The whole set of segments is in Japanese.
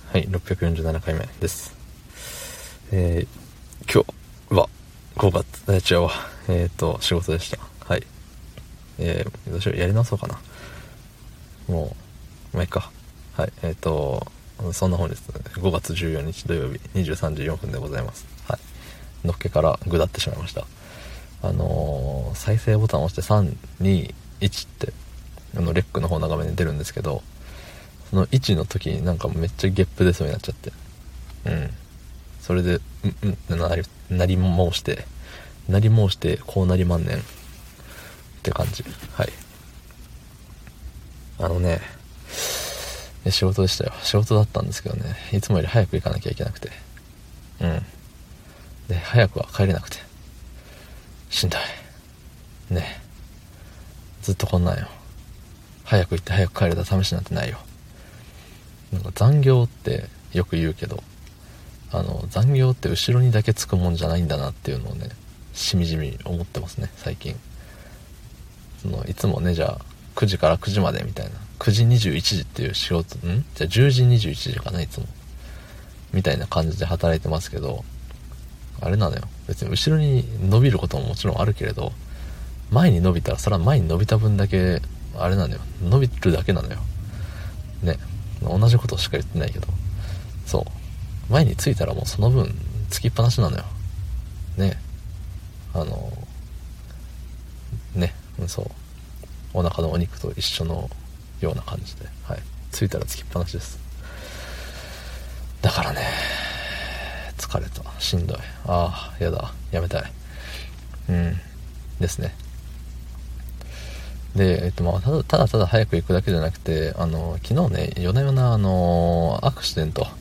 はい、647回目です。今日は5月、違うわ。仕事でした。はい。どうしよう、やり直そうかな。もういいか。はい、そんな本日、5月14日土曜日、23時4分でございます。はい。のっけからぐだってしまいました。再生ボタンを押して3、2、1って、レックの方の画面に出るんですけど、その1の時になんかめっちゃゲップ出そうになっちゃって、それでってなり申してこうなりまんねんって感じ。はい。仕事でしたよ。仕事だったんですけどね、いつもより早く行かなきゃいけなくて、で早くは帰れなくてしんどいね。ずっとこんなんよ。早く行って早く帰れた試しなんてないよ。なんか残業ってよく言うけど、残業って後ろにだけつくもんじゃないんだなっていうのをね、しみじみ思ってますね、最近。いつもね、じゃあ9時から9時までみたいな、9時21時っていう仕事、じゃあ10時21時かな、いつもみたいな感じで働いてますけど、あれなのよ、別に後ろに伸びることももちろんあるけれど、前に伸びたらそれは前に伸びた分だけあれなのよ、伸びるだけなのよね。同じことしか言ってないけど、そう、前に着いたらもうその分つきっぱなしなのよね。そう、お腹のお肉と一緒のような感じで、はい、着いたらつきっぱなしです。だからね、疲れた、しんどい、やだ、やめたい、ですね。で、ただ早く行くだけじゃなくて、昨日ね、夜な夜なアクシデント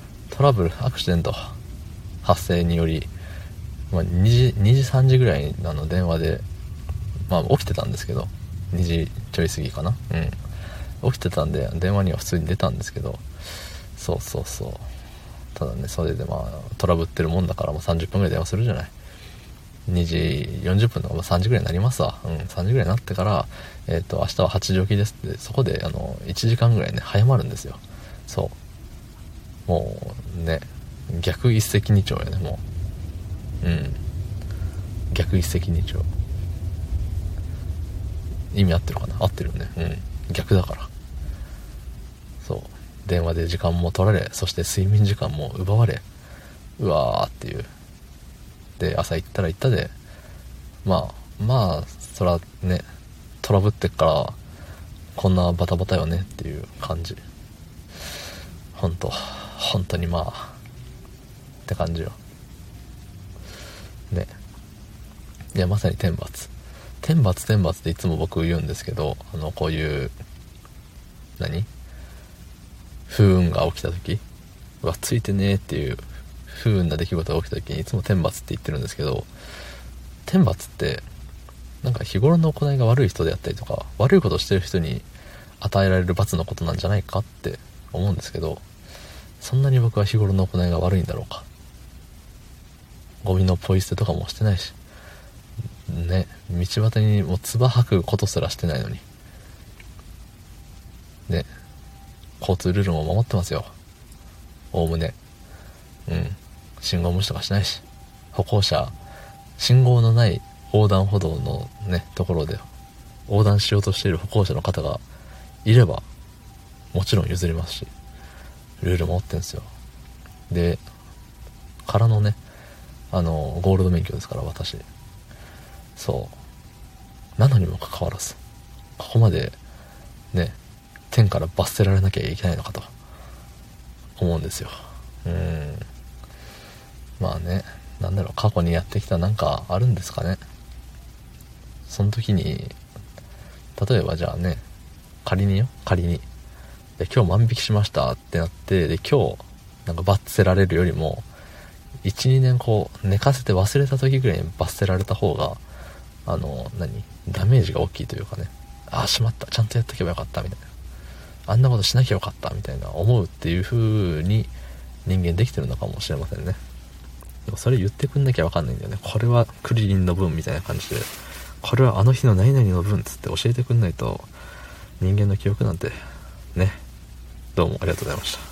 発生により、2時3時ぐらいに電話で、起きてたんですけど、2時ちょい過ぎかな、起きてたんで電話には普通に出たんですけど、そう、ただね、それでトラブってるもんだから、30分ぐらい電話するじゃない。2時40分とか3時ぐらいになりますわ。3時ぐらいになってから、明日は8時起きですって、そこで1時間ぐらいね早まるんですよ。そう、もうね、逆一石二鳥やね、もう。逆一石二鳥。意味合ってるかな、合ってるよね。逆だから。そう、電話で時間も取られ、そして睡眠時間も奪われ、うわーっていう。で、朝行ったら行ったで、そらね、トラブってっからこんなバタバタよねっていう感じ。本当にって感じよね。いや、まさに天罰っていつも僕言うんですけど、こういう不運が起きた時、ついてねーっていう不運な出来事が起きた時にいつも天罰って言ってるんですけど、天罰ってなんか日頃の行いが悪い人であったりとか、悪いことをしてる人に与えられる罰のことなんじゃないかって思うんですけど、そんなに僕は日頃の行いが悪いんだろうか。ゴミのポイ捨てとかもしてないしね、道端にもう唾吐くことすらしてないのにね、交通ルールも守ってますよ、おおむね。信号無視とかしないし、信号のない横断歩道のねところで横断しようとしている歩行者の方がいればもちろん譲りますし、ルール守ってんすよ。でからのね、ゴールド免許ですから私。そうなのにもかかわらず、ここまでね、天から罰せられなきゃいけないのかと思うんですよ。なんだろう、過去にやってきたなんかあるんですかね。その時に例えばじゃあね、仮にで今日万引きしましたってなって、で今日なんか罰せられるよりも 1,2 年こう寝かせて忘れた時ぐらいに罰せられた方がダメージが大きいというかね、しまった、ちゃんとやっとけばよかったみたいな、あんなことしなきゃよかったみたいな思うっていう風に人間できてるのかもしれませんね。でもそれ言ってくんなきゃわかんないんだよね。これはクリリンの分みたいな感じで、これはあの日の何々の分つって教えてくんないと人間の記憶なんてね。どうもありがとうございました。